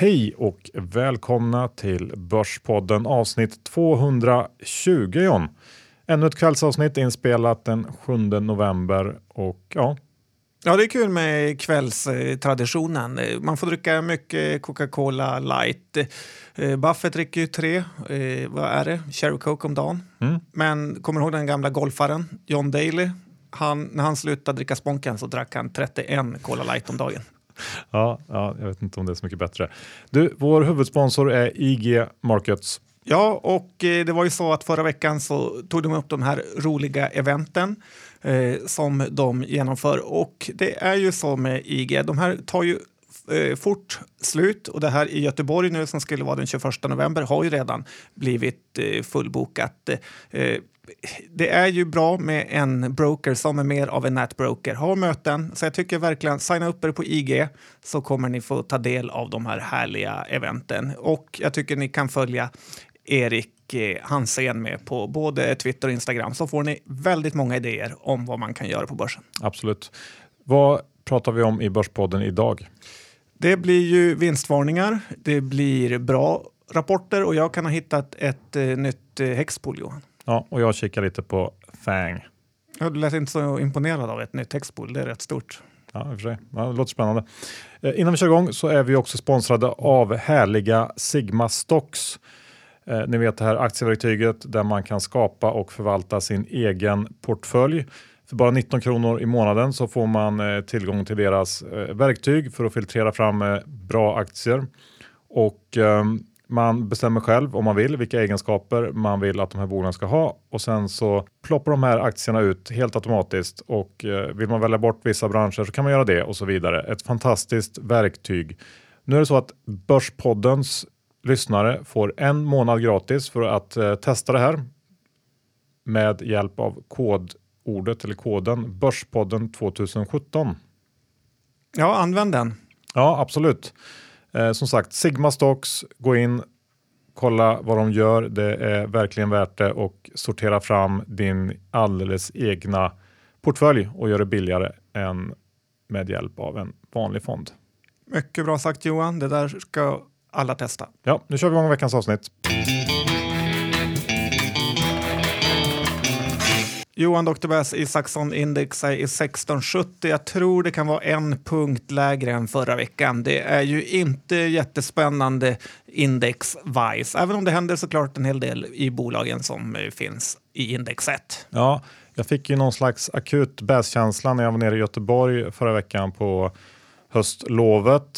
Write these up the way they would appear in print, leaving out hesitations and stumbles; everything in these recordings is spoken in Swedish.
Hej och välkomna till Börspodden avsnitt 220, John. Ännu ett kvällsavsnitt inspelat den 7 november och ja. Ja, det är kul med kvällstraditionen. Man får dricka mycket Coca-Cola Light. Buffett dricker ju 3, vad är det? Cherry Coke om dagen. Men kommer du ihåg den gamla golfaren John Daly? När han slutade dricka sponken så drack han 31 Cola Light om dagen. Ja, jag vet inte om det är så mycket bättre. Du, vår huvudsponsor är IG Markets. Ja, och det var ju så att förra veckan så tog de upp de här roliga eventen som de genomför. Och det är ju så med IG, de här tar ju fort slut. Och det här i Göteborg nu som skulle vara den 21 november har ju redan blivit fullbokat. Det är ju bra med en broker som är mer av en nätbroker. Ha möten, så jag tycker verkligen signa upp er på IG så kommer ni få ta del av de här härliga eventen. Och jag tycker ni kan följa Erik Hansén med på både Twitter och Instagram så får ni väldigt många idéer om vad man kan göra på börsen. Absolut. Vad pratar vi om i Börspodden idag? Det blir ju vinstvarningar, det blir bra rapporter och jag kan ha hittat ett nytt häxpool, Johan. Ja, och jag kikar lite på FANG. Ja, du lät inte så imponerad av ett nytt häxpool, det är rätt stort. Ja, i och för sig. Ja, det låter spännande. Innan vi kör igång så är vi också sponsrade av härliga Sigma Stocks. Ni vet det här aktieverktyget där man kan skapa och förvalta sin egen portfölj. För bara 19 kronor i månaden så får man tillgång till deras verktyg för att filtrera fram bra aktier. Och man bestämmer själv om man vill vilka egenskaper man vill att de här bolagen ska ha. Och sen så ploppar de här aktierna ut helt automatiskt. Och vill man välja bort vissa branscher så kan man göra det och så vidare. Ett fantastiskt verktyg. Nu är det så att Börspoddens lyssnare får 1 månad gratis för att testa det här. Med hjälp av kodordet eller koden Börspodden 2017. Ja, använd den. Ja, absolut. Som sagt, Sigma Stocks, gå in, kolla vad de gör. Det är verkligen värt det och sortera fram din alldeles egna portfölj och göra det billigare än med hjälp av en vanlig fond. Mycket bra sagt, Johan. Det där ska alla testa. Ja, nu kör vi igång veckans avsnitt. Johan Dr. Bass i Saxon Index är i 1670. Jag tror det kan vara 1 punkt lägre än förra veckan. Det är ju inte jättespännande index-wise. Även om det händer såklart en hel del i bolagen som finns i index 1. Ja, jag fick ju någon slags akut Bass-känsla när jag var nere i Göteborg förra veckan på höstlovet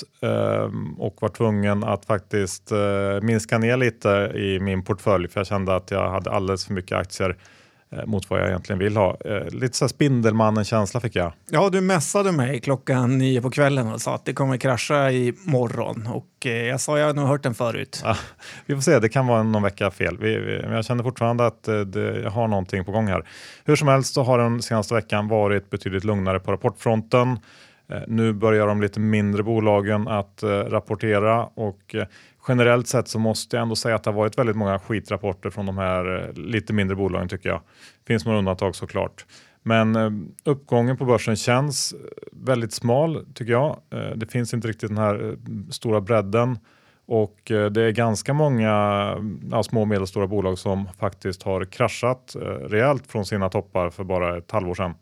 och var tvungen att faktiskt minska ner lite i min portfölj för jag kände att jag hade alldeles för mycket aktier mot vad jag egentligen vill ha. Lite så här Spindelmannen-känsla fick jag. Ja, du messade mig klockan 9 på kvällen och sa att det kommer krascha i morgon. Och jag sa, jag har nog hört den förut. Ja, vi får se, det kan vara någon vecka fel. Men jag känner fortfarande att jag har någonting på gång här. Hur som helst så har den senaste veckan varit betydligt lugnare på rapportfronten. Nu börjar de lite mindre bolagen att rapportera och generellt sett så måste jag ändå säga att det har varit väldigt många skitrapporter från de här lite mindre bolagen tycker jag. Finns några undantag såklart. Men uppgången på börsen känns väldigt smal tycker jag. Det finns inte riktigt den här stora bredden och det är ganska många små och medelstora bolag som faktiskt har kraschat rejält från sina toppar för bara ett halvår sedan.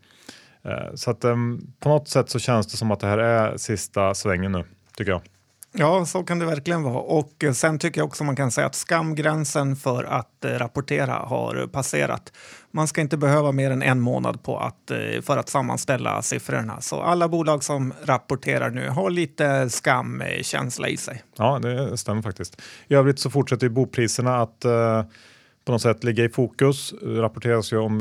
Så att på något sätt så känns det som att det här är sista svängen nu, tycker jag. Ja, så kan det verkligen vara. Och sen tycker jag också man kan säga att skamgränsen för att rapportera har passerat. Man ska inte behöva mer än 1 månad för att sammanställa siffrorna. Så alla bolag som rapporterar nu har lite skamkänsla i sig. Ja, det stämmer faktiskt. I övrigt så fortsätter ju bopriserna att på något sätt ligga i fokus. Det rapporteras ju om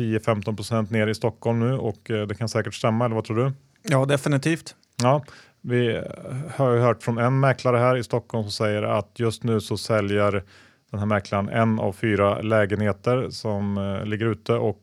10-15% ner i Stockholm nu och det kan säkert stämma, eller vad tror du? Ja, definitivt. Ja, vi har ju hört från en mäklare här i Stockholm som säger att just nu så säljer den här mäklaren 1 av 4 lägenheter som ligger ute och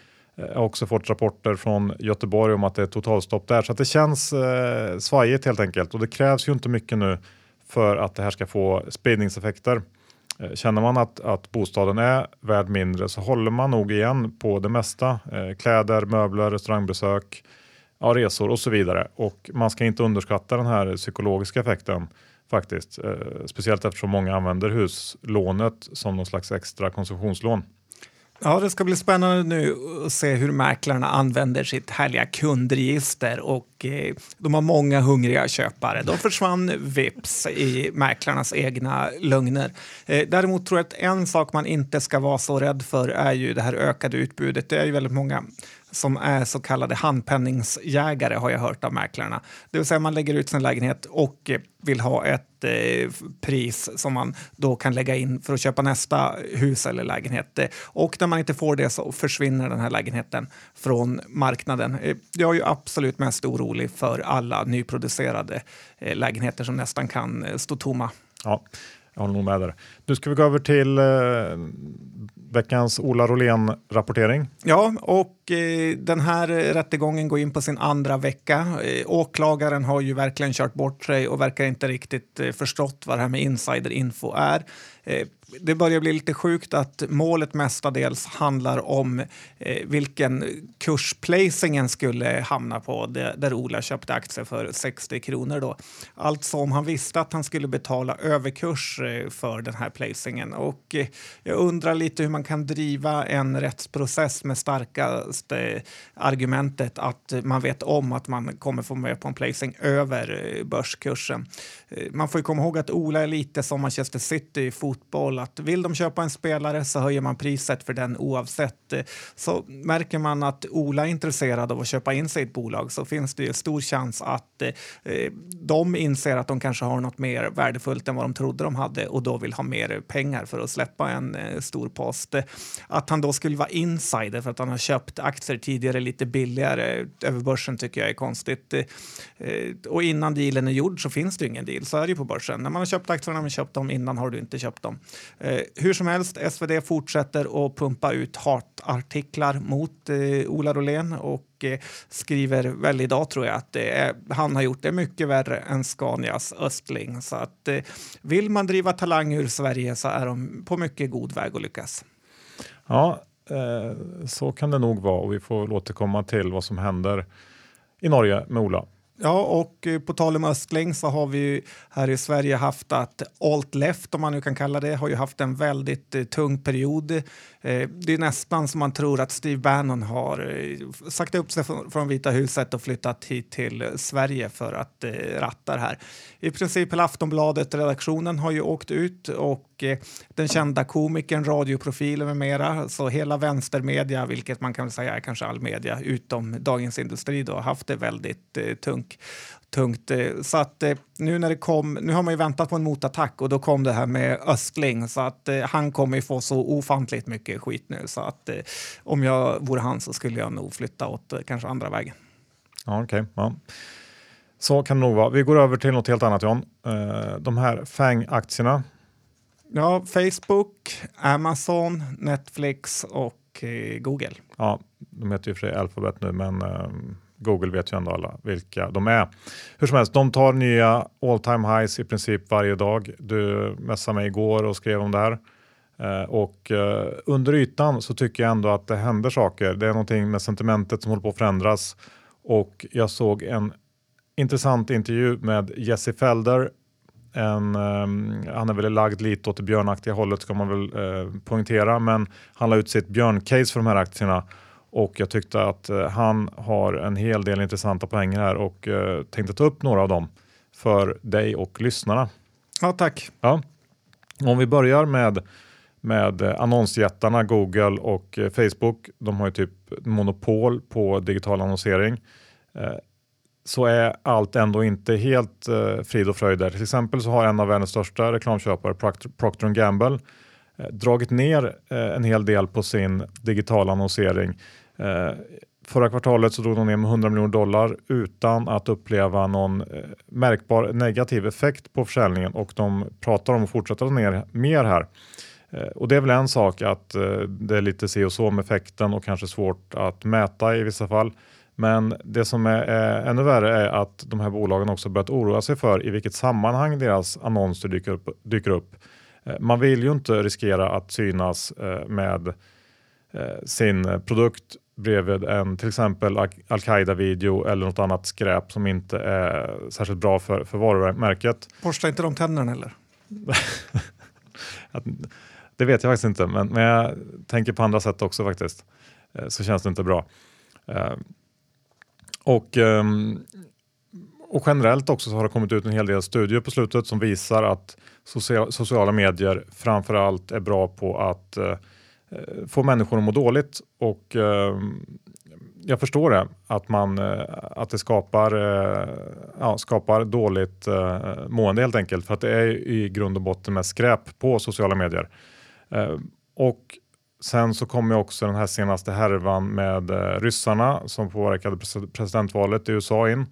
har också fått rapporter från Göteborg om att det är totalstopp där. Så att det känns svajigt helt enkelt och det krävs ju inte mycket nu för att det här ska få spridningseffekter. Känner man att bostaden är värd mindre så håller man nog igen på det mesta. Kläder, möbler, restaurangbesök, resor och så vidare. Och man ska inte underskatta den här psykologiska effekten. faktiskt. Speciellt eftersom många använder huslånet som någon slags extra konsumtionslån. Ja, det ska bli spännande nu att se hur mäklarna använder sitt härliga kundregister och de har många hungriga köpare. De försvann vips i mäklarnas egna lögner. Däremot tror jag att en sak man inte ska vara så rädd för är ju det här ökade utbudet. Det är ju väldigt många som är så kallade handpenningsjägare har jag hört av mäklarna. Det vill säga man lägger ut sin lägenhet och vill ha ett pris som man då kan lägga in för att köpa nästa hus eller lägenhet. Och när man inte får det så försvinner den här lägenheten från marknaden. Jag är ju absolut mest orolig för alla nyproducerade lägenheter som nästan kan stå tomma. Ja, jag håller nog med där. Nu ska vi gå över till veckans Ola Rolén-rapportering. Ja, och den här rättegången går in på sin andra vecka. Åklagaren har ju verkligen kört bort sig och verkar inte riktigt förstått vad det här med insiderinfo är. Det börjar bli lite sjukt att målet mestadels handlar om vilken kurs placingen skulle hamna på där Ola köpte aktier för 60 kronor då. Alltså om han visste att han skulle betala överkurs för den här placingen. Och jag undrar lite hur man kan driva en rättsprocess med starkaste argumentet att man vet om att man kommer få med på en placing över börskursen. Man får ju komma ihåg att Ola är lite som Manchester City i fotboll, att vill de köpa en spelare så höjer man priset för den oavsett. Så märker man att Ola är intresserad av att köpa in sig i ett bolag så finns det ju stor chans att de inser att de kanske har något mer värdefullt än vad de trodde de hade och då vill ha mer pengar för att släppa en stor post. Att han då skulle vara insider för att han har köpt aktier tidigare lite billigare över börsen tycker jag är konstigt. Och innan dealen är gjord så finns det ju ingen deal. Så är det ju på börsen. När man har köpt aktierna har man köpt dem, innan har du inte köpt dem. Hur som helst, SvD fortsätter att pumpa ut hatartiklar mot Ola Rolén och skriver väl idag tror jag att han har gjort det mycket värre än Scanias Östling. Så att vill man driva talang ur Sverige så är de på mycket god väg att lyckas. Ja, så kan det nog vara och vi får återkomma till vad som händer i Norge med Ola. Ja, och på tal om Östling så har vi ju här i Sverige haft att alt-left, om man nu kan kalla det, har ju haft en väldigt tung period. Det är nästan som man tror att Steve Bannon har sagt upp sig från Vita huset och flyttat hit till Sverige för att ratta det här. I princip hela Aftonbladet-redaktionen har ju åkt ut och den kända komikern, radioprofilen med mera, så hela vänstermedia, vilket man kan säga är kanske all media utom Dagens Industri då, har haft det väldigt tungt. Så att nu när det kom, nu har man ju väntat på en motattack och då kom det här med Östling så att han kommer ju få så ofantligt mycket skit nu så att om jag vore han så skulle jag nog flytta åt kanske andra vägen. Ja, okej. Ja. Så kan det nog vara. Vi går över till något helt annat, John. De här FANG-aktierna. Ja, Facebook, Amazon, Netflix och Google. Ja, de heter ju för sig Alphabet nu men Google vet ju ändå alla vilka de är. Hur som helst, de tar nya all-time highs i princip varje dag. Du messade mig igår och skrev om det här. Och under ytan så tycker jag ändå att det händer saker. Det är någonting med sentimentet som håller på att förändras. Och jag såg en intressant intervju med Jesse Felder. Han är väl lagd lite åt det björnaktiga hållet ska man väl poängtera. Men han la ut sitt björncase för de här aktierna. Och jag tyckte att han har en hel del intressanta poänger här och tänkte ta upp några av dem för dig och lyssnarna. Ja, tack. Ja. Om vi börjar med annonsjättarna Google och Facebook. De har ju typ monopol på digital annonsering. Så är allt ändå inte helt frid och fröjd där. Till exempel så har en av världens största reklamköpare, Procter & Gamble, dragit ner en hel del på sin digitala annonsering. Förra kvartalet så drog de ner med $100 miljoner utan att uppleva någon märkbar negativ effekt på försäljningen och de pratar om att fortsätta ner mer här. Och det är väl en sak att det är lite se och så med effekten och kanske svårt att mäta i vissa fall. Men det som är ännu värre är att de här bolagen också börjat oroa sig för i vilket sammanhang deras annonser dyker upp. Man vill ju inte riskera att synas med sin produkt bredvid en till exempel Al-Qaida-video eller något annat skräp som inte är särskilt bra för varumärket. Borstar inte de tänderna eller? Det vet jag faktiskt inte, men jag tänker på andra sätt också faktiskt. Så känns det inte bra. Och generellt också så har det kommit ut en hel del studier på slutet som visar att sociala medier framförallt är bra på att få människor att må dåligt. Och jag förstår det, att det skapar dåligt mående helt enkelt. För att det är i grund och botten med skräp på sociala medier. Och sen så kom ju också den här senaste härvan med ryssarna som påverkade presidentvalet i USA in.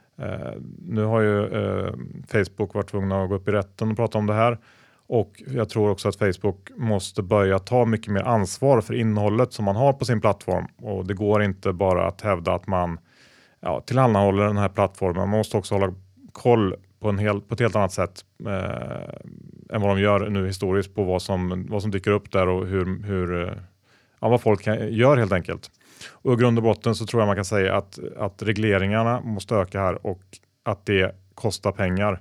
Nu har ju Facebook varit tvungna att gå upp i rätten och prata om det här. Och jag tror också att Facebook måste börja ta mycket mer ansvar för innehållet som man har på sin plattform. Och det går inte bara att hävda att man tillhandahåller den här plattformen. Man måste också hålla koll på ett helt annat sätt än vad de gör nu historiskt på vad som dyker upp där och vad folk gör helt enkelt. Och i grund och botten så tror jag man kan säga att regleringarna måste öka här och att det kostar pengar.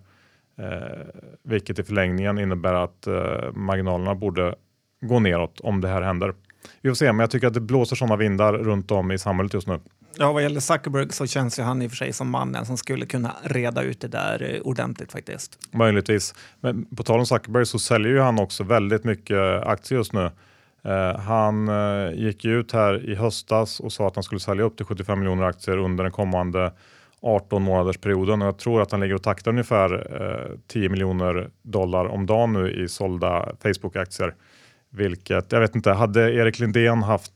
Vilket i förlängningen innebär att marginalerna borde gå neråt om det här händer. Vi får se, men jag tycker att det blåser sådana vindar runt om i samhället just nu. Ja, vad gäller Zuckerberg så känns ju han i och för sig som mannen som skulle kunna reda ut det där ordentligt faktiskt. Möjligtvis. Men på tal om Zuckerberg så säljer ju han också väldigt mycket aktier just nu. Han gick ut här i höstas och sa att han skulle sälja upp till 75 miljoner aktier under den kommande 18 månaders perioden. Och jag tror att han ligger och taktar ungefär 10 miljoner dollar om dagen nu i sålda Facebook-aktier. Vilket, jag vet inte, hade Erik Lindén haft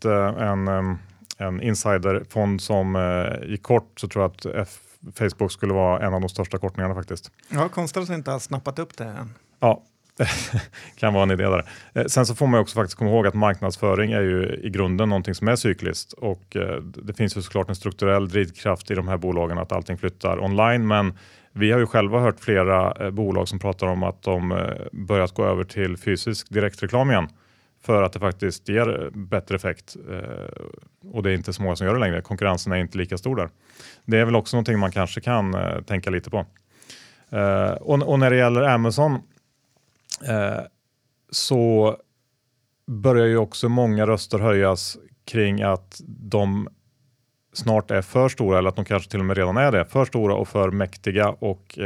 en insiderfond som gick kort så tror jag att Facebook skulle vara en av de största kortningarna faktiskt. Ja, konstigt att jag inte har snappat upp det än. Ja, kan vara en idé där. Sen så får man också faktiskt komma ihåg att marknadsföring är ju i grunden någonting som är cykliskt. Och det finns ju såklart en strukturell drivkraft i de här bolagen att allting flyttar online. Men vi har ju själva hört flera bolag som pratar om att de börjat gå över till fysisk direktreklam igen. För att det faktiskt ger bättre effekt. Och det är inte så många som gör det längre. Konkurrensen är inte lika stor där. Det är väl också någonting man kanske kan tänka lite på. Och när det gäller Amazon så börjar ju också många röster höjas kring att de snart är för stora, eller att de kanske till och med redan är det. För stora och för mäktiga och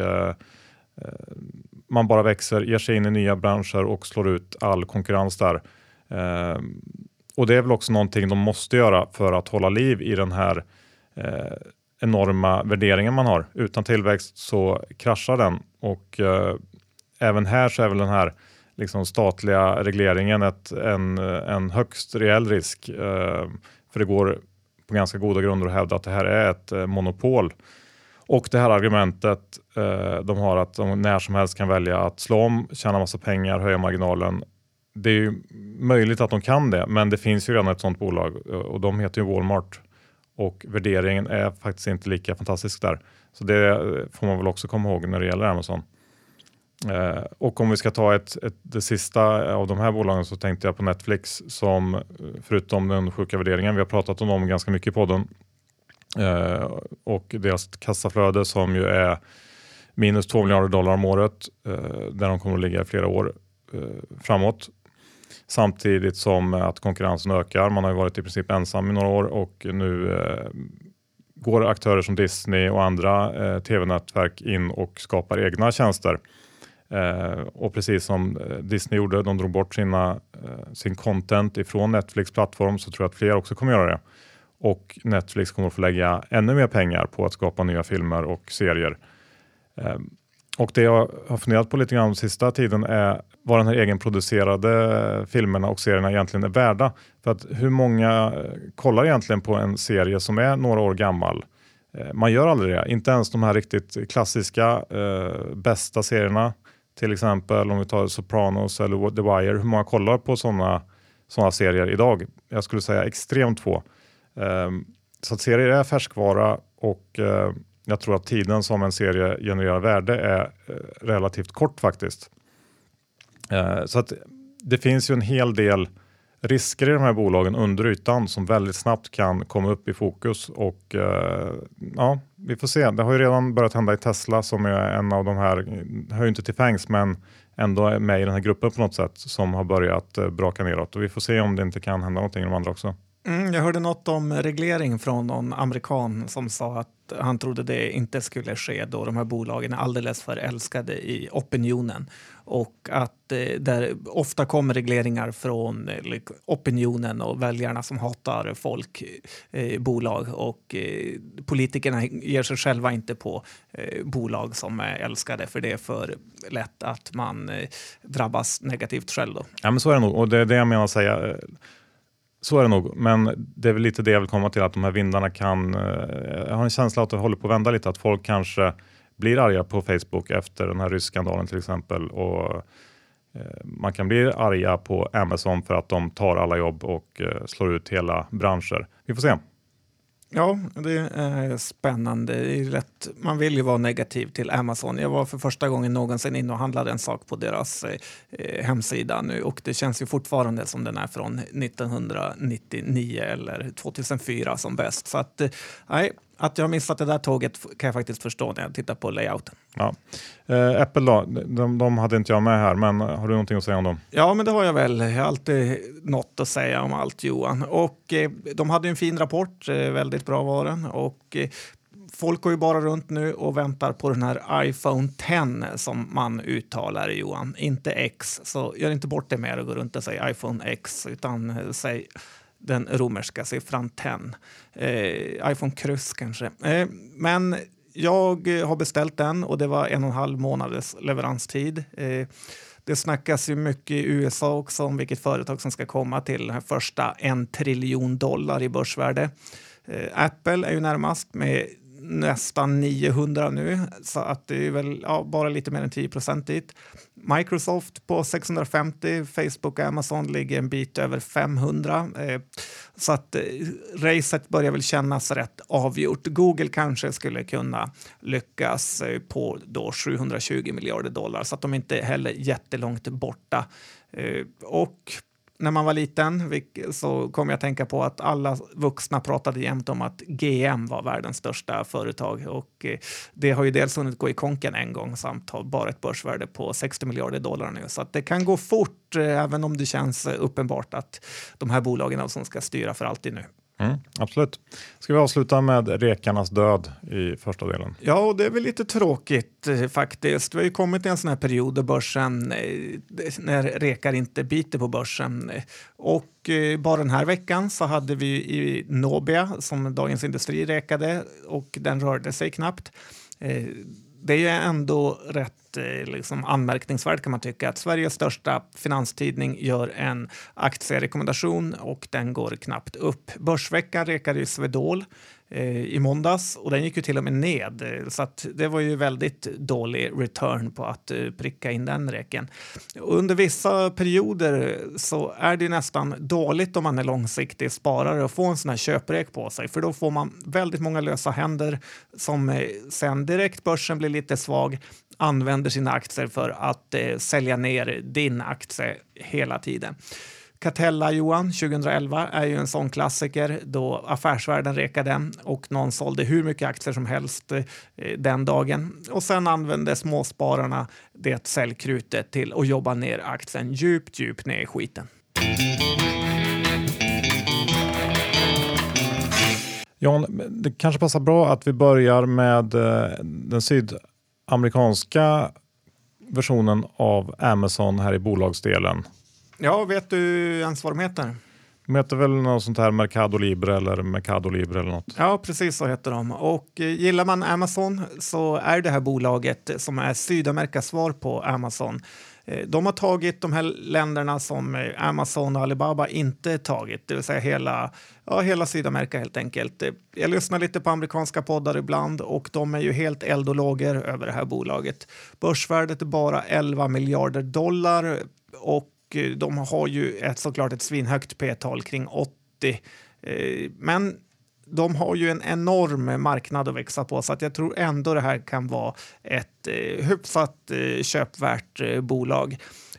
man bara växer, ger sig in i nya branscher och slår ut all konkurrens där. Och det är väl också någonting de måste göra för att hålla liv i den här enorma värderingen man har. Utan tillväxt så kraschar den och även här så är väl den här liksom statliga regleringen en högst reell risk. För det går på ganska goda grunder att hävda att det här är ett monopol. Och det här argumentet de har att de när som helst kan välja att slå om, tjäna massa pengar, höja marginalen. Det är ju möjligt att de kan det, men det finns ju redan ett sånt bolag och de heter ju Walmart. Och värderingen är faktiskt inte lika fantastisk där. Så det får man väl också komma ihåg när det gäller Amazon. Och om vi ska ta det sista av de här bolagen så tänkte jag på Netflix som förutom den sjuka värderingen, vi har pratat om dem ganska mycket i podden. Och deras kassaflöde som ju är minus 2 miljarder dollar om året där de kommer att ligga i flera år framåt. Samtidigt som att konkurrensen ökar. Man har ju varit i princip ensam i några år och nu går aktörer som Disney och andra tv-nätverk in och skapar egna tjänster. Och precis som Disney gjorde, de drog bort sin content ifrån Netflix plattform, så tror jag att fler också kommer göra det. Och Netflix kommer att få lägga ännu mer pengar på att skapa nya filmer och serier. Och det jag har funderat på lite grann den sista tiden är vad den här egenproducerade filmerna och serierna egentligen är värda. För att hur många kollar egentligen på en serie som är några år gammal? Man gör aldrig det. Inte ens de här riktigt klassiska bästa serierna. Till exempel om vi tar Sopranos eller The Wire. Hur många kollar på sådana serier idag? Jag skulle säga extremt få. Så att serier är färskvara och jag tror att tiden som en serie genererar värde är relativt kort faktiskt. Så att det finns ju en hel del risker i de här bolagen under ytan som väldigt snabbt kan komma upp i fokus. Och ja, vi får se. Det har ju redan börjat hända i Tesla som är en av de här, hör ju inte till Fangs men ändå är med i den här gruppen på något sätt som har börjat braka neråt. Och vi får se om det inte kan hända någonting i de andra också. Jag hörde något om reglering från någon amerikan som sa att han trodde det inte skulle ske då de här bolagen är alldeles för älskade i opinionen. Och att där ofta kommer regleringar från opinionen och väljarna som hatar folk, bolag och politikerna ger sig själva inte på bolag som är älskade för det är för lätt att man drabbas negativt själv då. Ja men så är det nog och det är det jag menar att säga. Så är det nog, men det är väl lite det jag vill komma till att de här vindarna kan, jag har en känsla att det håller på att vända lite, att folk kanske blir arga på Facebook efter den här rysskandalen till exempel och man kan bli arga på Amazon för att de tar alla jobb och slår ut hela branscher. Vi får se. Ja, det är spännande. Det är rätt. Man vill ju vara negativ till Amazon. Jag var för första gången någonsin in och handlade en sak på deras hemsida nu och det känns ju fortfarande som den är från 1999 eller 2004 som bäst. Så att, nej, att jag har missat det där tåget kan jag faktiskt förstå när jag tittar på layouten. Ja. Apple då, de hade inte jag med här, men har du någonting att säga om dem? Ja, men det har jag väl. Jag har alltid något att säga om allt, Johan. Och de hade en fin rapport, väldigt bra var den. Och folk går ju bara runt nu och väntar på den här iPhone 10 som man uttalar, Johan. Inte X, så gör inte bort det med att gå runt och säga iPhone X, utan säg den romerska siffran 10. iPhone kryss kanske. Men jag har beställt den och det var 1,5 månaders leveranstid. Det snackas ju mycket i USA också om vilket företag som ska komma till den här första $1 trillion i börsvärde. Apple är ju närmast med nästan 900 nu, så att det är väl bara lite mer än 10% dit. Microsoft på 650, Facebook och Amazon ligger en bit över 500. Så att racet börjar väl kännas rätt avgjort. Google kanske skulle kunna lyckas på då $720 miljarder, så att de inte heller jättelångt borta. Och när man var liten så kom jag att tänka på att alla vuxna pratade jämt om att GM var världens största företag och det har ju dels hunnit gå i konken en gång samt har bara ett börsvärde på $60 miljarder nu. Så att det kan gå fort även om det känns uppenbart att de här bolagen som ska styra för alltid nu. Absolut. Ska vi avsluta med rekarnas död i första delen? Ja, och det är väl lite tråkigt faktiskt. Vi har ju kommit i en sån här period där börsen, när rekar inte biter på börsen. Och bara den här veckan så hade vi i Nobia som Dagens Industri rekade och den rörde sig knappt. Det är ju ändå rätt anmärkningsvärt kan man tycka att Sveriges största finanstidning gör en aktierekommendation och den går knappt upp. Börsveckan rekade ju Swedol i måndags och den gick ju till och med ned, så att det var ju väldigt dålig return på att pricka in den reken. Under vissa perioder så är det nästan dåligt om man är långsiktig sparare och får en sån här köprek på sig, för då får man väldigt många lösa händer som sen direkt börsen blir lite svag använder sina aktier för att sälja ner din aktie hela tiden. Catella, Johan, 2011 är ju en sån klassiker då Affärsvärlden rekade och någon sålde hur mycket aktier som helst den dagen. Och sen använde småspararna det säljkrutet till att jobba ner aktien djupt ner i skiten. Jan, det kanske passar bra att vi börjar med den sydamerikanska versionen av Amazon här i bolagsdelen. Ja, vet du ens vad de heter? De heter väl något sånt här Mercado Libre eller något. Ja, precis så heter de. Och gillar man Amazon så är det här bolaget som är Sydamerikas svar på Amazon. De har tagit de här länderna som Amazon och Alibaba inte tagit, det vill säga hela Sydamerika helt enkelt. Jag lyssnar lite på amerikanska poddar ibland och de är ju helt eld och lågor över det här bolaget. Börsvärdet är bara $11 miljarder och de har ju såklart ett svinhögt p-tal kring 80. Men de har ju en enorm marknad att växa på, så att jag tror ändå det här kan vara ett hyfsat köpvärt bolag.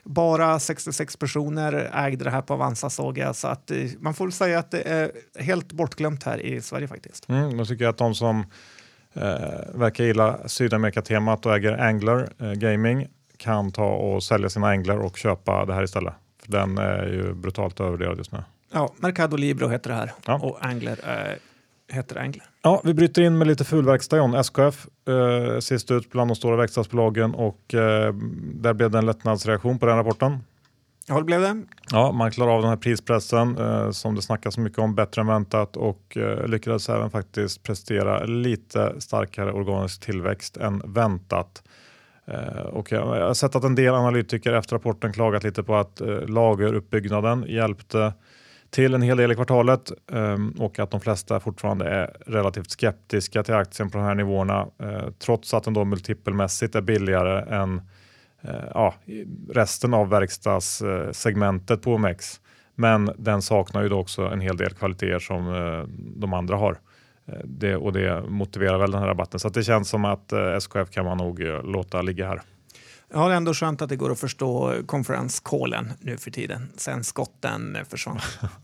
Bara 66 personer ägde det här på Avanza, såg jag. Så att man får säga att det är helt bortglömt här i Sverige faktiskt. Jag tycker att de som verkar gilla Sydamerika-temat och äger Angler Gaming kan ta och sälja sina Angler och köpa det här istället. För den är ju brutalt övervärderad just nu. Ja, Mercado Libre heter det här. Ja. Och Angler heter Angler. Ja, vi bryter in med lite fulverkstad, John. SKF sist ut bland de stora verkstadsbolagen och där blev det en lättnadsreaktion på den rapporten. Ja, det blev det. Ja, man klarar av den här prispressen som det snackas så mycket om bättre än väntat och lyckades även faktiskt prestera lite starkare organisk tillväxt än väntat. Och jag har sett att en del analytiker efter rapporten klagat lite på att lageruppbyggnaden hjälpte till en hel del i kvartalet och att de flesta fortfarande är relativt skeptiska till aktien på de här nivåerna trots att den då multipelmässigt är billigare än resten av verkstadssegmentet på OMX. Men den saknar ju då också en hel del kvaliteter som de andra har. Det motiverar väl den här rabatten. Så att det känns som att SKF kan man nog låta ligga här. Ja, det är ändå skönt att det går att förstå konferenskålen nu för tiden. Sen skotten försvann.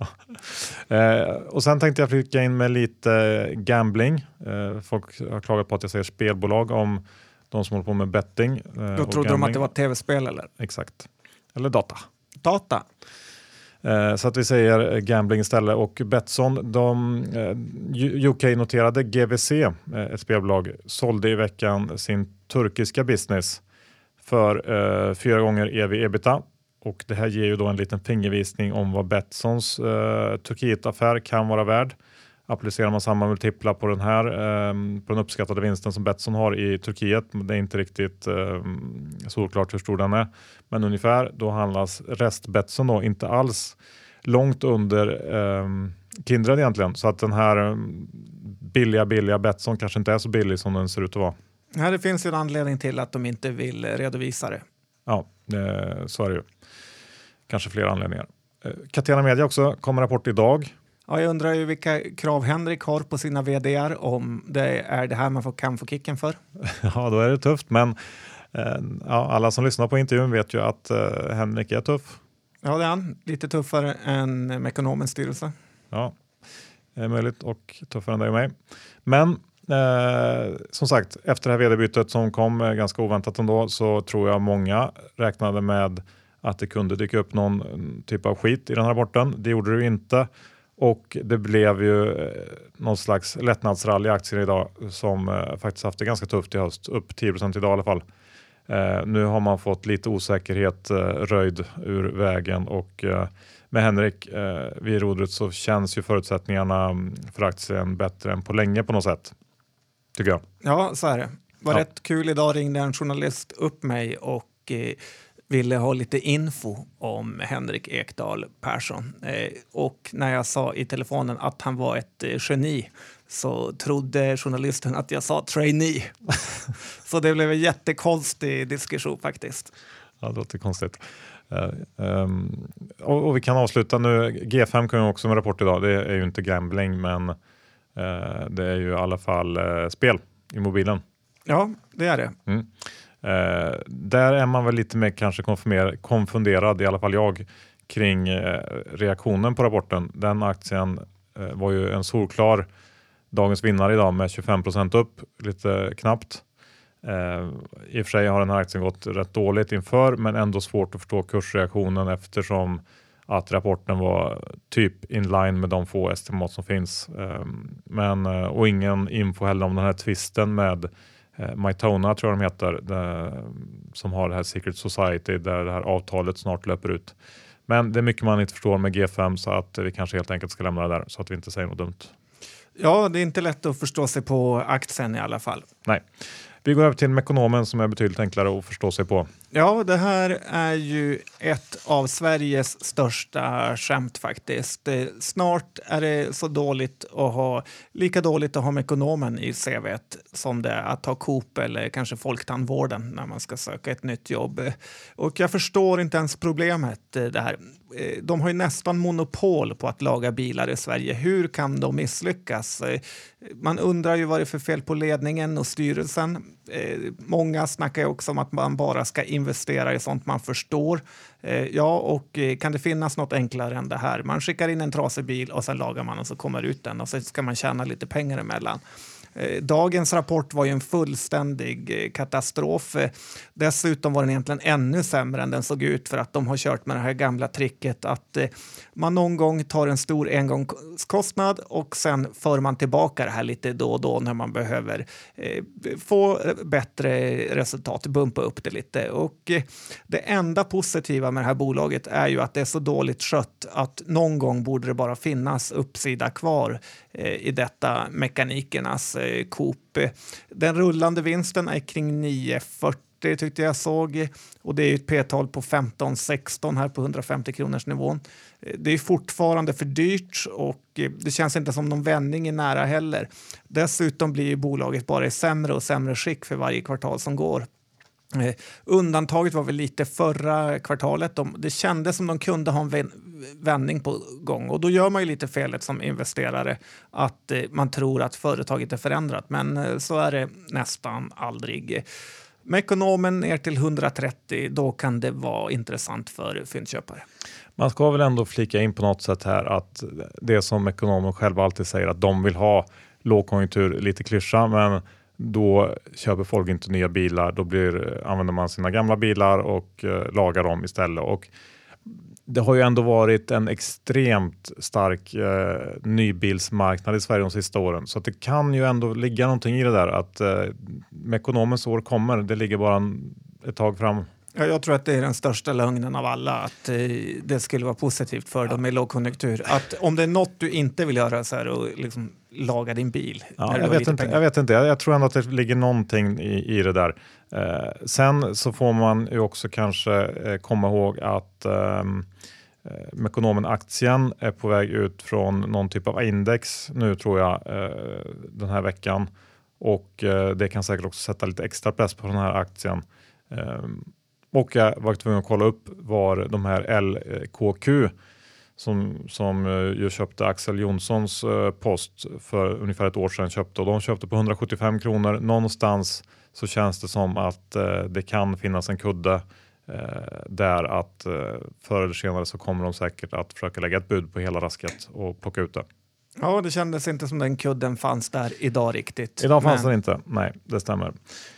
Och sen tänkte jag flika in med lite gambling. Folk har klagat på att jag säger spelbolag om de som håller på med betting. Då trodde de att det var tv-spel eller? Exakt. Eller data. Data. Så att vi säger gambling istället. Och Betsson, UK-noterade GVC, ett spelbolag, sålde i veckan sin turkiska business för 4 gånger EV/EBITDA. Och det här ger ju då en liten fingervisning om vad Betssons Turkiet-affär kan vara värd. Applicerar man samma multiplar på den här på den uppskattade vinsten som Betsson har i Turkiet, det är inte riktigt såklart hur stor den är, men ungefär då handlas rest Betsson då inte alls långt under Kindred egentligen, så att den här billiga Betsson kanske inte är så billig som den ser ut att vara. Ja, det finns ju en anledning till att de inte vill redovisa det. Ja, så är det ju. Kanske fler anledningar. Catena Media också, kommer rapport idag. Ja, jag undrar ju vilka krav Henrik har på sina vd:ar, om det är det här man kan få kicken för. Ja, då är det tufft, men alla som lyssnar på intervjun vet ju att Henrik är tuff. Ja, det är han. Lite tuffare än Mekonomens styrelse. Ja, det är möjligt, och tuffare än dig och mig. Men som sagt, efter det här vd-bytet som kom ganska oväntat ändå, så tror jag många räknade med att det kunde dyka upp någon typ av skit i den här rapporten. Det gjorde det ju inte. Och det blev ju någon slags lättnadsrally i aktier idag som faktiskt haft det ganska tufft i höst. Upp 10% idag i alla fall. Nu har man fått lite osäkerhet röjd ur vägen och med Henrik vid rodret så känns ju förutsättningarna för aktien bättre än på länge på något sätt. Tycker jag. Ja, så är det. Var rätt kul. Idag ringde en journalist upp mig och ville ha lite info om Henrik Ekdahl Persson. Och när jag sa i telefonen att han var ett geni så trodde journalisten att jag sa trainee. Så det blev en jättekonstig diskussion faktiskt. Ja, det låter konstigt. Och vi kan avsluta nu. G5 kom ju också med rapport idag. Det är ju inte gambling, men det är ju i alla fall spel i mobilen. Ja, det är det. Där är man väl lite mer kanske konfunderad, i alla fall jag, kring reaktionen på rapporten. Den aktien var ju en solklar dagens vinnare idag med 25% upp, lite knappt. I och för sig har den här aktien gått rätt dåligt inför, men ändå svårt att förstå kursreaktionen eftersom att rapporten var typ in line med de få estimat som finns. Och ingen info heller om den här twisten med Mytona tror jag de heter, som har det här Secret Society där det här avtalet snart löper ut. Men det är mycket man inte förstår med G5, så att vi kanske helt enkelt ska lämna det där så att vi inte säger något dumt. Ja, det är inte lätt att förstå sig på aktien i alla fall. Nej. Vi går över till Mekonomen som är betydligt enklare att förstå sig på. Ja, det här är ju ett av Sveriges största skämt faktiskt. Snart är det så dåligt att ha, lika dåligt att ha Mekonomen i CV:t som det är att ha Coop eller kanske Folktandvården när man ska söka ett nytt jobb. Och jag förstår inte ens problemet det här. De har ju nästan monopol på att laga bilar i Sverige. Hur kan de misslyckas? Man undrar ju vad det är för fel på ledningen och styrelsen. Många snackar ju också om att man bara ska investera i sånt man förstår. Kan det finnas något enklare än det här? Man skickar in en trasig bil och sen lagar man och så kommer ut den och så ska man tjäna lite pengar emellan. Dagens rapport var ju en fullständig katastrof. Dessutom var den egentligen ännu sämre än den såg ut för att de har kört med det här gamla tricket att man någon gång tar en stor engångskostnad och sen för man tillbaka det här lite då och då när man behöver få bättre resultat, bumpa upp det lite. Och det enda positiva med det här bolaget är ju att det är så dåligt skött att någon gång borde det bara finnas uppsida kvar i detta mekanikernas Coop. Den rullande vinsten är kring 9,40 tyckte jag såg och det är ju ett p-tal på 15-16 här på 150 kronors nivån. Det är fortfarande för dyrt och det känns inte som någon vändning i nära heller. Dessutom blir ju bolaget bara i sämre och sämre skick för varje kvartal som går. Undantaget var väl lite förra kvartalet. Det kändes som de kunde ha en vändning på gång och då gör man ju lite felet som investerare att man tror att företaget är förändrat, men så är det nästan aldrig. Med ekonomen ner till 130, då kan det vara intressant för fyndköpare. Man ska väl ändå flika in på något sätt här att det som ekonomen själva alltid säger att de vill ha lågkonjunktur, lite klyscha, men då köper folk inte nya bilar, då använder man sina gamla bilar och lagar dem istället. Och det har ju ändå varit en extremt stark nybilsmarknad i Sverige de sista åren. Så att det kan ju ändå ligga någonting i det där att med ekonomens år kommer, det ligger bara ett tag fram. Ja, jag tror att det är den största lögnen av alla att det skulle vara positivt för dem i lågkonjunktur. Att om det är något du inte vill göra så här och liksom laga din bil. Ja, jag vet inte. Jag tror ändå att det ligger någonting i det där. Sen så får man ju också kanske komma ihåg att Mekonomen-aktien är på väg ut från någon typ av index nu tror jag den här veckan. Och det kan säkert också sätta lite extra press på den här aktien. Och jag var tvungen att kolla upp var de här LKQ som ju köpte Axel Jonssons post för ungefär ett år sedan köpte. Och de köpte på 175 kronor. Någonstans så känns det som att det kan finnas en kudde där att förr eller senare så kommer de säkert att försöka lägga ett bud på hela rasket och plocka ut det. Ja, det kändes inte som den kudden fanns där idag riktigt. Idag fanns den inte. Nej, det stämmer.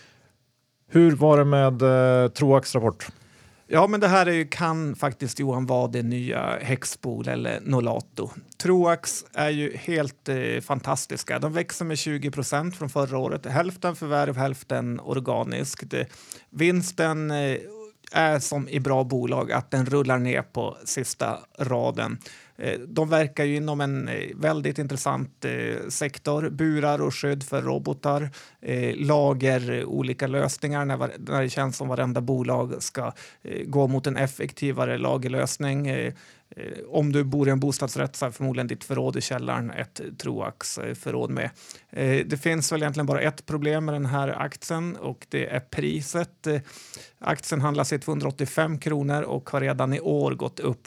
Hur var det med Troax rapport? Ja, men det här kan faktiskt Johan vara det nya Hexpol eller Nolato. Troax är ju helt fantastiska. De växer med 20% från förra året. Hälften förvärv, hälften organiskt. Vinsten är som i bra bolag att den rullar ner på sista raden. De verkar ju inom en väldigt intressant sektor. Burar och skydd för robotar. Lager olika lösningar när det känns som varenda bolag ska gå mot en effektivare lagerlösning. Om du bor i en bostadsrätt så är förmodligen ditt förråd i källaren ett Troax-förråd med. Det finns väl egentligen bara ett problem med den här aktien och det är priset. Aktien handlas i 285 kronor och har redan i år gått upp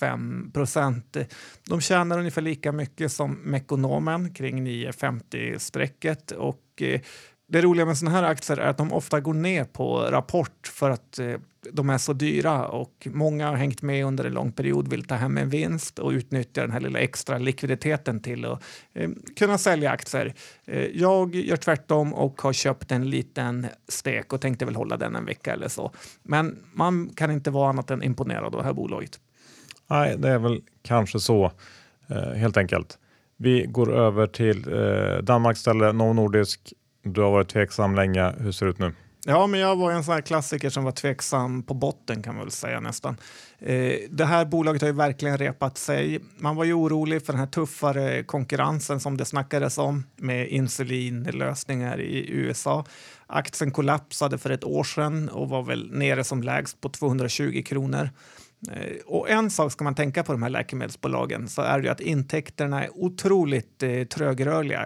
45%. De tjänar ungefär lika mycket som Mekonomen kring 9,50-strecket och det roliga med såna här aktier är att de ofta går ner på rapport för att de är så dyra och många har hängt med under en lång period, vill ta hem en vinst och utnyttja den här lilla extra likviditeten till att kunna sälja aktier. Jag gör tvärtom och har köpt en liten stek och tänkte väl hålla den en vecka eller så. Men man kan inte vara annat än imponerad av det här bolaget. Nej, det är väl kanske så helt enkelt. Vi går över till Danmarks ställe Novo Nordisk. Du har varit tveksam länge. Hur ser det ut nu? Ja, men jag var en sån här klassiker som var tveksam på botten kan man väl säga nästan. Det här bolaget har ju verkligen repat sig. Man var ju orolig för den här tuffare konkurrensen som det snackades om med insulinlösningar i USA. Aktien kollapsade för ett år sedan och var väl nere som lägst på 220 kronor. Och en sak ska man tänka på de här läkemedelsbolagen så är det att intäkterna är otroligt trögrörliga.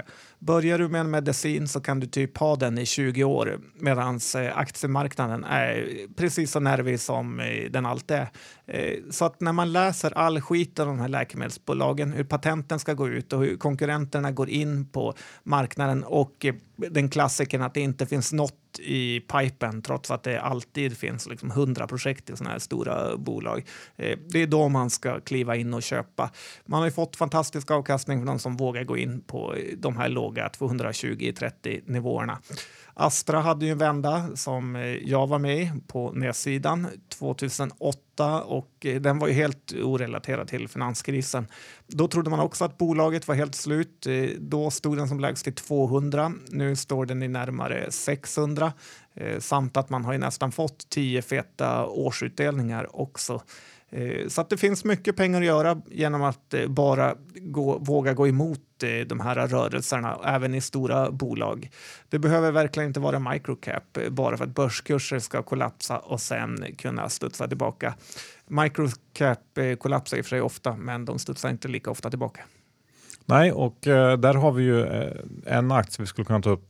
Börjar du med en medicin så kan du typ ha den i 20 år medan aktiemarknaden är precis så nervig som den alltid är. Så att när man läser all skit av de här läkemedelsbolagen, hur patenten ska gå ut och hur konkurrenterna går in på marknaden och den klassiken att det inte finns något i pipen trots att det alltid finns liksom 100 projekt i sådana här stora bolag. Det är då man ska kliva in och köpa. Man har ju fått fantastisk avkastning för de som vågar gå in på de här låga 220-30 nivåerna. Astra hade ju en vända som jag var med på nedsidan 2008 och den var ju helt orelaterad till finanskrisen. Då trodde man också att bolaget var helt slut. Då stod den som lägst till 200. Nu står den i närmare 600. Samt att man har ju nästan fått 10 feta årsutdelningar också. Så att det finns mycket pengar att göra genom att bara våga gå emot de här rörelserna, även i stora bolag. Det behöver verkligen inte vara microcap bara för att börskurser ska kollapsa och sen kunna studsa tillbaka. Microcap kollapsar i och för sig ofta, men de studsar inte lika ofta tillbaka. Nej, och där har vi ju en aktie vi skulle kunna ta upp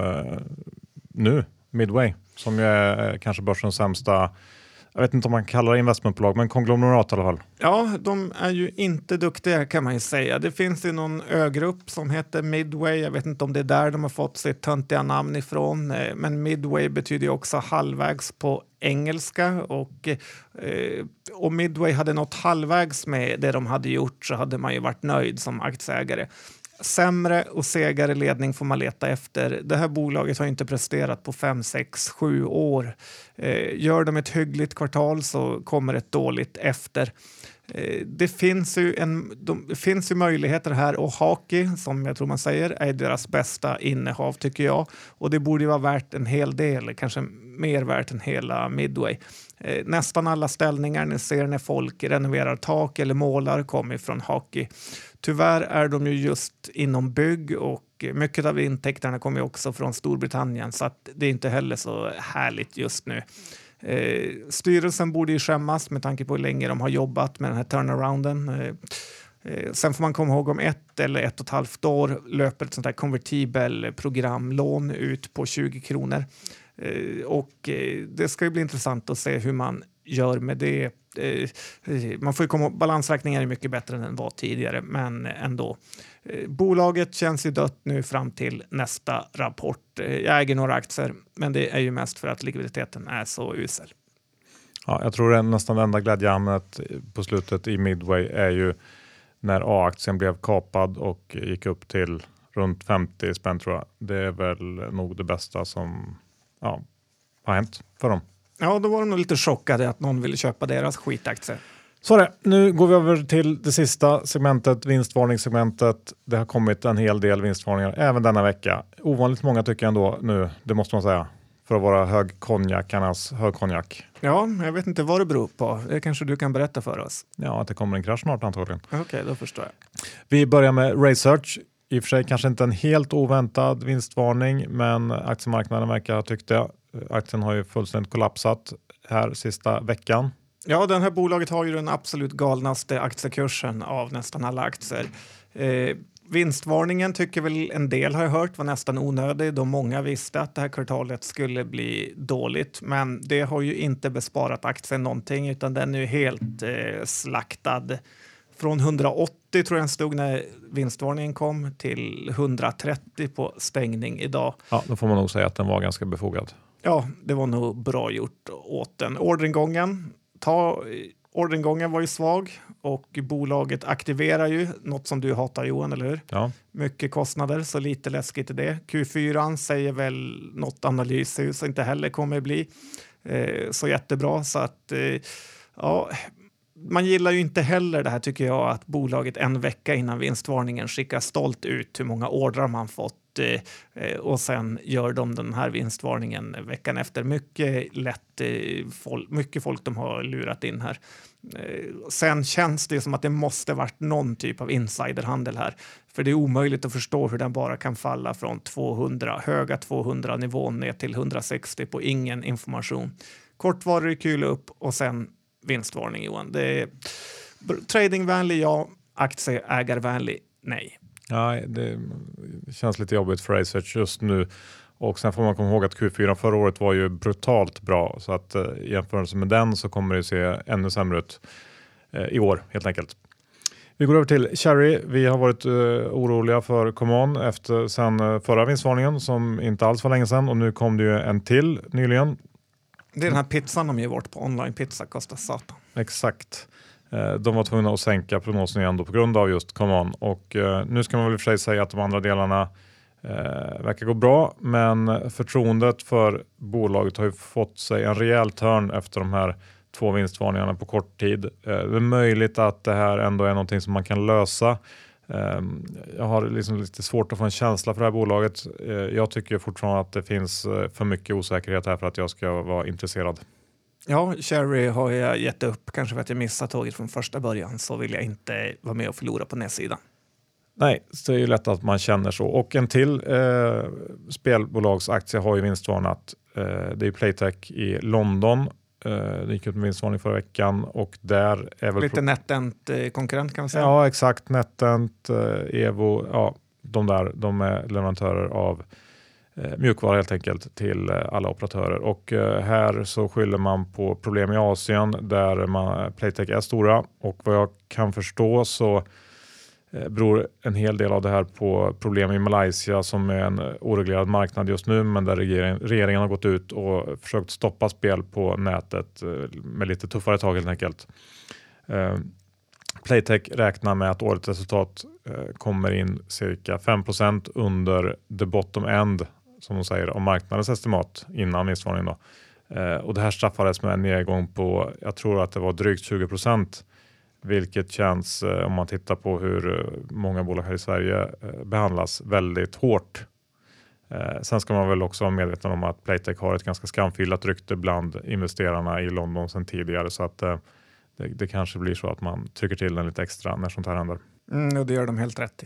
nu, Midway, som ju är kanske börsens sämsta. Jag vet inte om man kallar det investmentbolag, men konglomerat i alla fall. Ja, de är ju inte duktiga kan man ju säga. Det finns ju någon ögrupp som heter Midway. Jag vet inte om det är där de har fått sitt töntiga namn ifrån. Men Midway betyder ju också halvvägs på engelska. Och Midway hade nått halvvägs med det de hade gjort så hade man ju varit nöjd som aktieägare. Sämre och segare ledning får man leta efter. Det här bolaget har inte presterat på 5, 6, 7 år. Gör de ett hyggligt kvartal så kommer ett dåligt efter. Det finns ju möjligheter här och Haki, som jag tror man säger, är deras bästa innehav tycker jag. Och det borde ju vara värt en hel del, kanske mer värt än hela Midway. Nästan alla ställningar ni ser när folk renoverar tak eller målar kommer från Haki. Tyvärr är de ju just inom bygg och mycket av intäkterna kommer också från Storbritannien så att det är inte heller så härligt just nu. Styrelsen borde ju skämmas med tanke på hur länge de har jobbat med den här turnarounden. Sen får man komma ihåg om 1 eller 1,5 år löper ett sånt här konvertibel programlån ut på 20 kronor. Och det ska ju bli intressant att se hur man gör med det. Man får ju balansräkningen är mycket bättre än den var tidigare, men ändå. Bolaget känns ju dött nu fram till nästa rapport. Jag äger några aktier, men det är ju mest för att likviditeten är så usel. Ja, jag tror att nästan det enda glädjeämnet på slutet i Midway är ju när A-aktien blev kapad och gick upp till runt 50 spänn tror jag. Det är väl nog det bästa som har hänt för dem. Ja, då var de nog lite chockade att någon ville köpa deras skitaktier. Så det, nu går vi över till det sista segmentet, vinstvarningssegmentet. Det har kommit en hel del vinstvarningar även denna vecka. Ovanligt många tycker jag ändå nu, det måste man säga, för att vara högkonjakarnas högkonjak. Ja, jag vet inte vad det beror på. Det kanske du kan berätta för oss. Ja, att det kommer en krasch snart antagligen. Okej, då förstår jag. Vi börjar med Research. I och för sig kanske inte en helt oväntad vinstvarning, men aktiemarknaden verkar ha tyckt det. Aktien har ju fullständigt kollapsat här sista veckan. Ja, det här bolaget har ju den absolut galnaste aktiekursen av nästan alla aktier. Vinstvarningen tycker väl en del har jag hört var nästan onödig då många visste att det här kvartalet skulle bli dåligt. Men det har ju inte besparat aktien någonting utan den är ju helt slaktad. Från 180 tror jag den stod när vinstvarningen kom till 130 på stängning idag. Ja, då får man nog säga att den var ganska befogad. Ja, det var nog bra gjort åt den. Orderingången var ju svag och bolaget aktiverar ju något som du hatar Johan, eller hur? Ja. Mycket kostnader, så lite läskigt är det. Q4 säger väl något analyshus inte heller kommer bli så jättebra. Så att man gillar ju inte heller det här tycker jag att bolaget en vecka innan vinstvarningen skickar stolt ut hur många ordrar man fått och sen gör de den här vinstvarningen veckan efter. Mycket folk de har lurat in här. Sen känns det som att det måste varit någon typ av insiderhandel här. För det är omöjligt att förstå hur den bara kan falla från höga 200 nivån ner till 160 på ingen information. Kortvarurekyl upp och sen vinstvarning Johan. Det är tradingvänlig ja, aktieägarvänlig nej. Nej, det känns lite jobbigt för Research just nu. Och sen får man komma ihåg att Q4 förra året var ju brutalt bra. Så att i jämförelse med den så kommer det se ännu sämre ut i år helt enkelt. Vi går över till Cherry. Vi har varit oroliga för Common efter sen förra vinstvarningen som inte alls var länge sedan. Och nu kom det ju en till nyligen. Det är den här pizzan de ger bort på online-pizza, kostar satan. Exakt. De var tvungna att sänka prognosen igen då på grund av just Common. Och nu ska man väl i och för sig säga att de andra delarna verkar gå bra. Men förtroendet för bolaget har ju fått sig en rejäl törn efter de här 2 vinstvarningarna på kort tid. Det är möjligt att det här ändå är någonting som man kan lösa. Jag har liksom lite svårt att få en känsla för det här bolaget. Jag tycker fortfarande att det finns för mycket osäkerhet här för att jag ska vara intresserad. Ja, Cherry har jag gett upp. Kanske för att jag missat tåget från första början så vill jag inte vara med och förlora på nätsidan. Nej, så det är ju lätt att man känner så. Och en till spelbolagsaktie har ju vinstvarnat. Det är Playtech i London. Det gick ut med vinstvarning förra veckan och där är väl... Lite NetEnt konkurrent kan man säga. Ja, exakt. NetEnt, Evo, ja, de är leverantörer av mjukvara helt enkelt till alla operatörer. Och här så skyller man på problem i Asien där Playtech är stora. Och vad jag kan förstå så beror en hel del av det här på problem i Malaysia som är en oreglerad marknad just nu men där regeringen har gått ut och försökt stoppa spel på nätet med lite tuffare tag helt enkelt. Playtech räknar med att årets resultat kommer in cirka 5% under the bottom end som de säger om marknadens estimat innan vinstvarningen då. Och det här straffades med en nedgång på, jag tror att det var drygt 20%. Vilket känns, om man tittar på hur många bolag här i Sverige behandlas, väldigt hårt. Sen ska man väl också vara medveten om att Playtech har ett ganska skamfilat rykte bland investerarna i London sedan tidigare. Så att det kanske blir så att man trycker till den lite extra när sånt här händer. Och det gör de helt rätt i.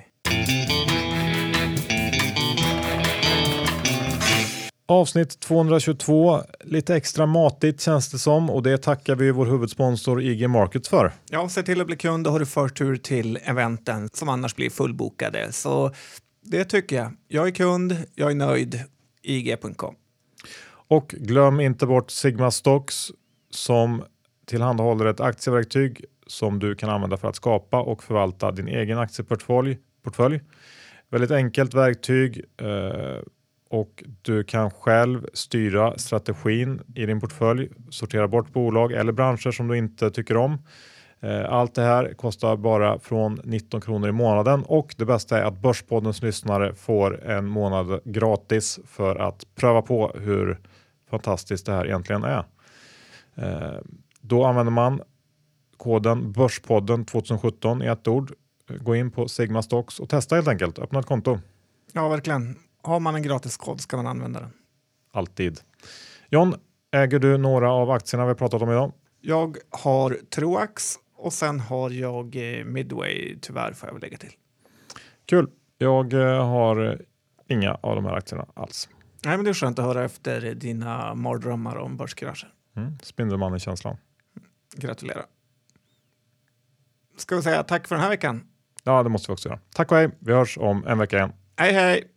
Avsnitt 222, lite extra matigt känns det som och det tackar vi vår huvudsponsor IG Markets för. Ja, se till att bli kund, då har du förtur till eventen som annars blir fullbokade. Så det tycker jag. Jag är kund, jag är nöjd. IG.com. Och glöm inte bort Sigma Stocks som tillhandahåller ett aktieverktyg som du kan använda för att skapa och förvalta din egen aktieportfölj. Väldigt enkelt verktyg och du kan själv styra strategin i din portfölj, sortera bort bolag eller branscher som du inte tycker om. Allt det här kostar bara från 19 kronor i månaden och det bästa är att Börspoddens lyssnare får en månad gratis för att pröva på hur fantastiskt det här egentligen är. Då använder man koden Börspodden 2017 i ett ord. Gå in på Sigma Stocks och testa helt enkelt. Öppna ett konto. Ja, verkligen. Har man en gratis kod ska man använda den. Alltid. John, äger du några av aktierna vi har pratat om idag? Jag har Troax och sen har jag Midway, tyvärr får jag väl lägga till. Kul. Jag har inga av de här aktierna alls. Nej, men det är skönt att höra efter dina mardrömmar om börskrascher. Spindelmannen-känslan. Gratulerar. Ska vi säga tack för den här veckan? Ja, det måste vi också göra. Tack och hej. Vi hörs om en vecka igen. Hej hej!